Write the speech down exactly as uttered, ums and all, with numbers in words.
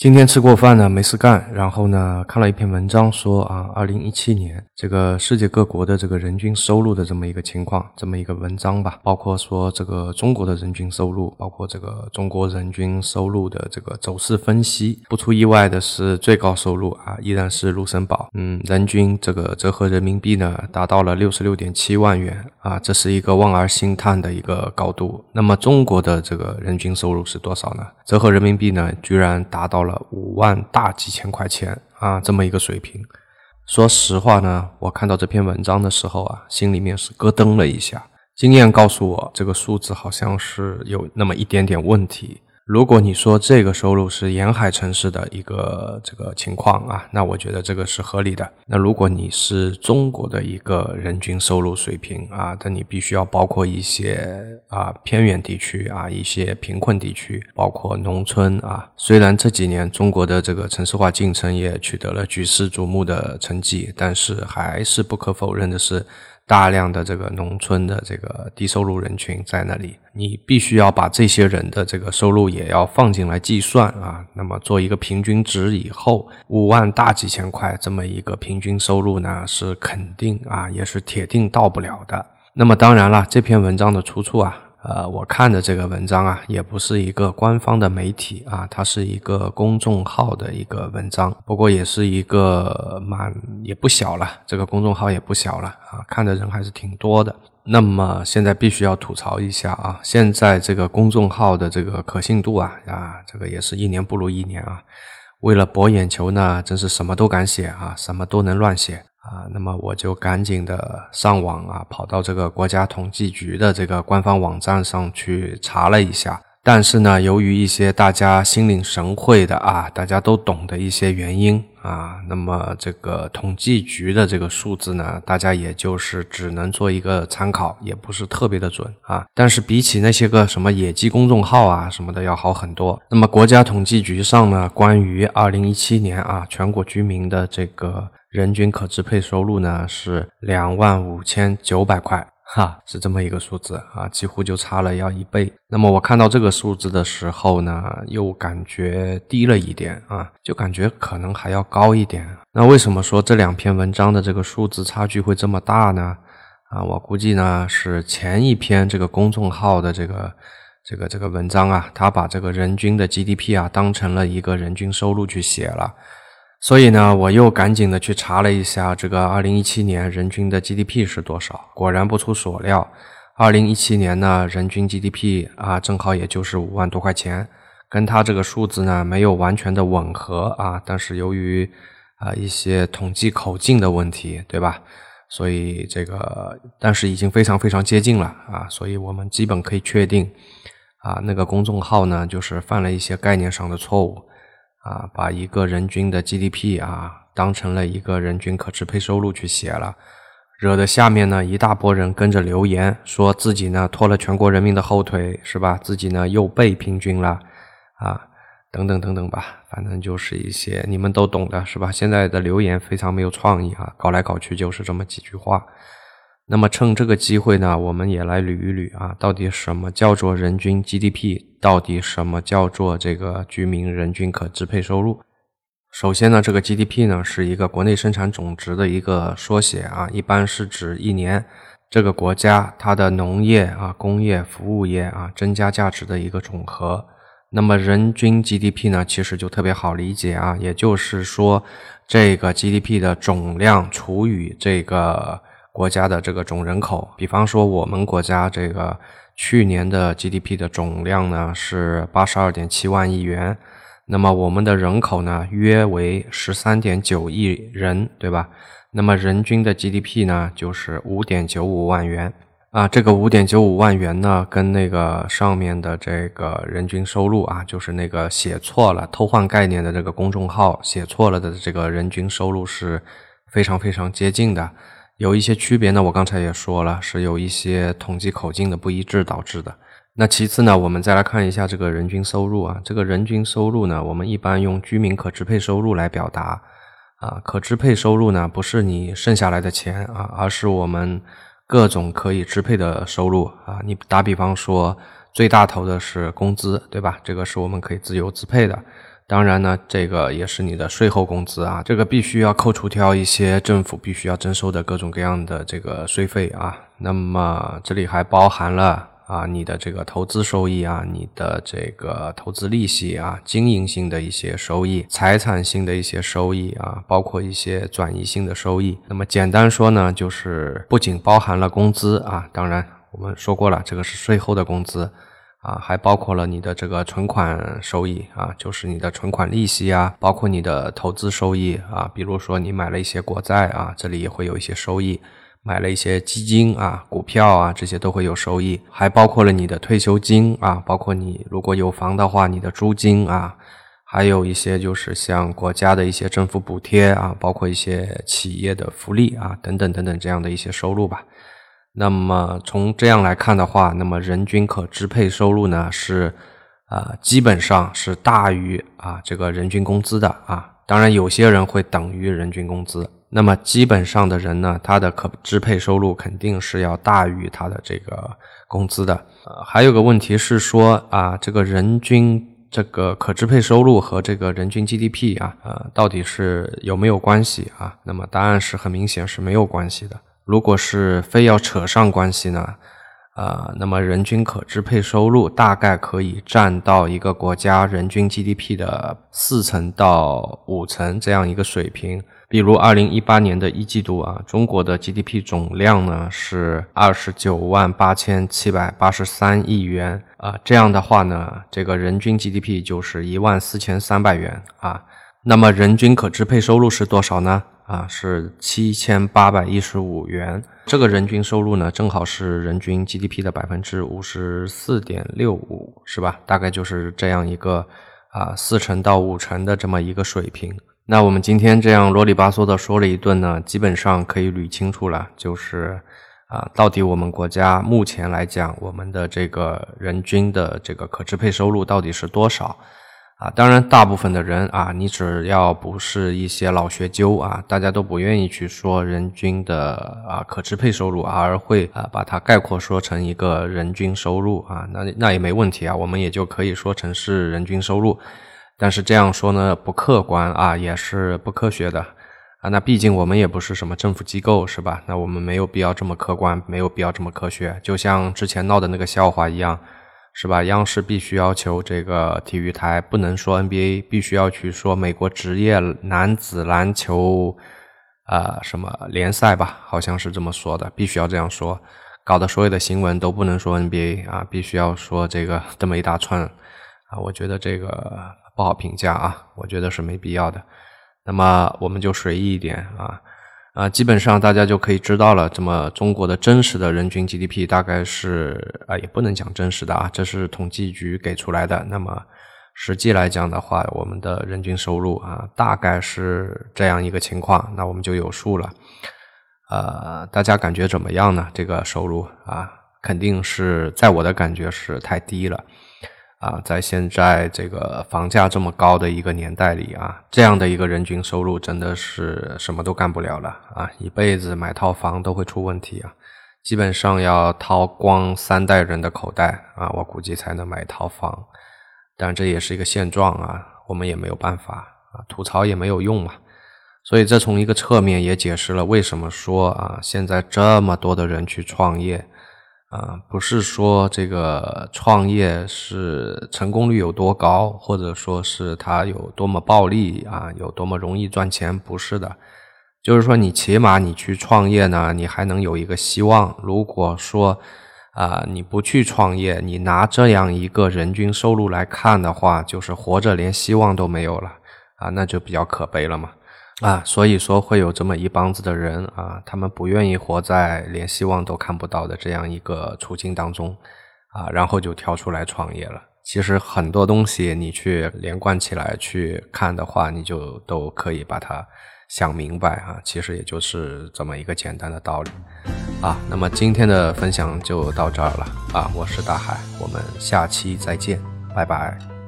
今天吃过饭呢，没事干，然后呢看了一篇文章说啊，二零一七年这个世界各国的这个人均收入的这么一个情况，这么一个文章吧，包括说这个中国的人均收入，包括这个中国人均收入的这个走势分析。不出意外的是，最高收入啊依然是卢森堡，嗯，人均这个折合人民币呢达到了 六十六点七万元啊，这是一个望而兴叹的一个高度。那么中国的这个人均收入是多少呢？折合人民币呢居然达到了五万大几千块钱啊，这么一个水平。说实话呢，我看到这篇文章的时候啊，心里面是咯噔了一下。经验告诉我，这个数字好像是有那么一点点问题。如果你说这个收入是沿海城市的一个这个情况啊，那我觉得这个是合理的。那如果你是中国的一个人均收入水平啊，那你必须要包括一些啊偏远地区啊，一些贫困地区，包括农村啊。虽然这几年中国的这个城市化进程也取得了举世瞩目的成绩，但是还是不可否认的是，大量的这个农村的这个低收入人群在那里，你必须要把这些人的这个收入也要放进来计算啊。那么做一个平均值以后，五万大几千块这么一个平均收入呢，是肯定啊，也是铁定到不了的。那么当然了，这篇文章的出处啊，呃，我看的这个文章啊，也不是一个官方的媒体啊，它是一个公众号的一个文章，不过也是一个蛮也不小了，这个公众号也不小了啊，看的人还是挺多的。那么现在必须要吐槽一下啊，现在这个公众号的这个可信度啊啊，这个也是一年不如一年啊。为了博眼球呢，真是什么都敢写啊，什么都能乱写啊。那么我就赶紧的上网啊，跑到这个国家统计局的这个官方网站上去查了一下。但是呢，由于一些大家心领神会的啊，大家都懂的一些原因啊，那么这个统计局的这个数字呢，大家也就是只能做一个参考，也不是特别的准啊。但是比起那些个什么野鸡公众号啊什么的要好很多。那么国家统计局上呢，关于二零一七年啊全国居民的这个人均可支配收入呢是两万五千九百块。哈，是这么一个数字啊，几乎就差了要一倍。那么我看到这个数字的时候呢，又感觉低了一点啊，就感觉可能还要高一点。那为什么说这两篇文章的这个数字差距会这么大呢？啊，我估计呢是前一篇这个公众号的这个这个这个文章啊，他把这个人均的 G D P 啊当成了一个人均收入去写了。所以呢，我又赶紧的去查了一下这个二零一七年人均的 G D P 是多少。果然不出所料，二零一七年呢人均 G D P 啊正好也就是五万多块钱，跟它这个数字呢没有完全的吻合啊，但是由于啊一些统计口径的问题，对吧？所以这个但是已经非常非常接近了啊，所以我们基本可以确定啊那个公众号呢就是犯了一些概念上的错误。啊，把一个人均的 G D P 啊当成了一个人均可支配收入去写了，惹得下面呢一大波人跟着留言，说自己呢拖了全国人民的后腿，是吧？自己呢又被平均了啊，等等等等吧，反正就是一些你们都懂的，是吧？现在的留言非常没有创意啊，搞来搞去就是这么几句话。那么趁这个机会呢，我们也来捋一捋啊，到底什么叫做人均 G D P， 到底什么叫做这个居民人均可支配收入。首先呢，这个 G D P 呢是一个国内生产总值的一个缩写啊，一般是指一年这个国家它的农业啊、工业、服务业啊增加价值的一个总和。那么人均 G D P 呢其实就特别好理解啊，也就是说这个 G D P 的总量除以这个国家的这个总人口。比方说我们国家这个去年的 G D P 的总量呢是 八十二点七万亿元，那么我们的人口呢约为 十三点九亿人，对吧？那么人均的 G D P 呢就是 五点九五万元啊，这个 五点九五万元呢跟那个上面的这个人均收入啊，就是那个写错了偷换概念的这个公众号写错了的这个人均收入是非常非常接近的。有一些区别呢，我刚才也说了，是有一些统计口径的不一致导致的。那其次呢，我们再来看一下这个人均收入啊，这个人均收入呢，我们一般用居民可支配收入来表达啊。可支配收入呢，不是你剩下来的钱啊，而是我们各种可以支配的收入啊。你打比方说，最大头的是工资，对吧？这个是我们可以自由支配的。 当然呢，这个也是你的税后工资啊，这个必须要扣除掉一些政府必须要征收的各种各样的这个税费啊。那么这里还包含了啊你的这个投资收益啊，你的这个投资利息啊，经营性的一些收益，财产性的一些收益啊，包括一些转移性的收益。那么简单说呢，就是不仅包含了工资啊，当然我们说过了，这个是税后的工资啊，还包括了你的这个存款收益啊，就是你的存款利息啊，包括你的投资收益啊，比如说你买了一些国债啊，这里也会有一些收益，买了一些基金啊，股票啊，这些都会有收益，还包括了你的退休金啊，包括你如果有房的话，你的租金啊，还有一些就是像国家的一些政府补贴啊，包括一些企业的福利啊，等等等等这样的一些收入吧。那么从这样来看的话，那么人均可支配收入呢是呃基本上是大于啊这个人均工资的啊，当然有些人会等于人均工资，那么基本上的人呢，他的可支配收入肯定是要大于他的这个工资的。呃还有个问题是说啊这个人均这个可支配收入和这个人均 G D P 啊呃到底是有没有关系啊？那么答案是很明显是没有关系的。如果是非要扯上关系呢，呃，那么人均可支配收入大概可以占到一个国家人均 G D P 的四成到五成这样一个水平。比如二零一八年的一季度啊，中国的 G D P 总量呢是二十九万八千七百八十三亿元啊，这样的话呢，这个人均 G D P 就是一万四千三百元啊。那么人均可支配收入是多少呢？啊，是七千八百一十五元。这个人均收入呢，正好是人均 G D P 的 百分之五十四点六五， 是吧？大概就是这样一个啊四成到五成的这么一个水平。那我们今天这样啰里吧嗦的说了一顿呢，基本上可以捋清楚了，就是啊，到底我们国家目前来讲，我们的这个人均的这个可支配收入到底是多少？啊，当然大部分的人啊，你只要不是一些老学究啊，大家都不愿意去说人均的啊可支配收入，而会啊把它概括说成一个人均收入啊，那那也没问题啊，我们也就可以说成是人均收入。但是这样说呢不客观啊，也是不科学的啊，那毕竟我们也不是什么政府机构是吧？那我们没有必要这么客观，没有必要这么科学，就像之前闹的那个笑话一样。是吧？央视必须要求这个体育台不能说 N B A， 必须要去说美国职业男子篮球呃什么联赛吧，好像是这么说的，必须要这样说，搞得所有的新闻都不能说 N B A 啊，必须要说这个这么一大串啊，我觉得这个不好评价啊，我觉得是没必要的。那么我们就随意一点啊。啊，基本上大家就可以知道了，这么中国的真实的人均 G D P 大概是啊，也不能讲真实的啊，这是统计局给出来的。那么实际来讲的话，我们的人均收入啊，大概是这样一个情况，那我们就有数了。呃，大家感觉怎么样呢？这个收入啊，肯定是在我的感觉是太低了。啊，在现在这个房价这么高的一个年代里啊，这样的一个人均收入真的是什么都干不了了啊！一辈子买套房都会出问题啊，基本上要掏光三代人的口袋啊，我估计才能买一套房。但这也是一个现状啊，我们也没有办法啊，吐槽也没有用嘛。所以这从一个侧面也解释了为什么说啊，现在这么多的人去创业。啊，不是说这个创业是成功率有多高，或者说是它有多么暴利啊，有多么容易赚钱，不是的。就是说你起码你去创业呢，你还能有一个希望。如果说啊你不去创业，你拿这样一个人均收入来看的话，就是活着连希望都没有了啊，那就比较可悲了嘛。啊，所以说会有这么一帮子的人啊，他们不愿意活在连希望都看不到的这样一个处境当中啊，然后就跳出来创业了。其实很多东西你去连贯起来去看的话，你就都可以把它想明白啊，其实也就是这么一个简单的道理啊。那么今天的分享就到这儿了啊，我是大海，我们下期再见，拜拜。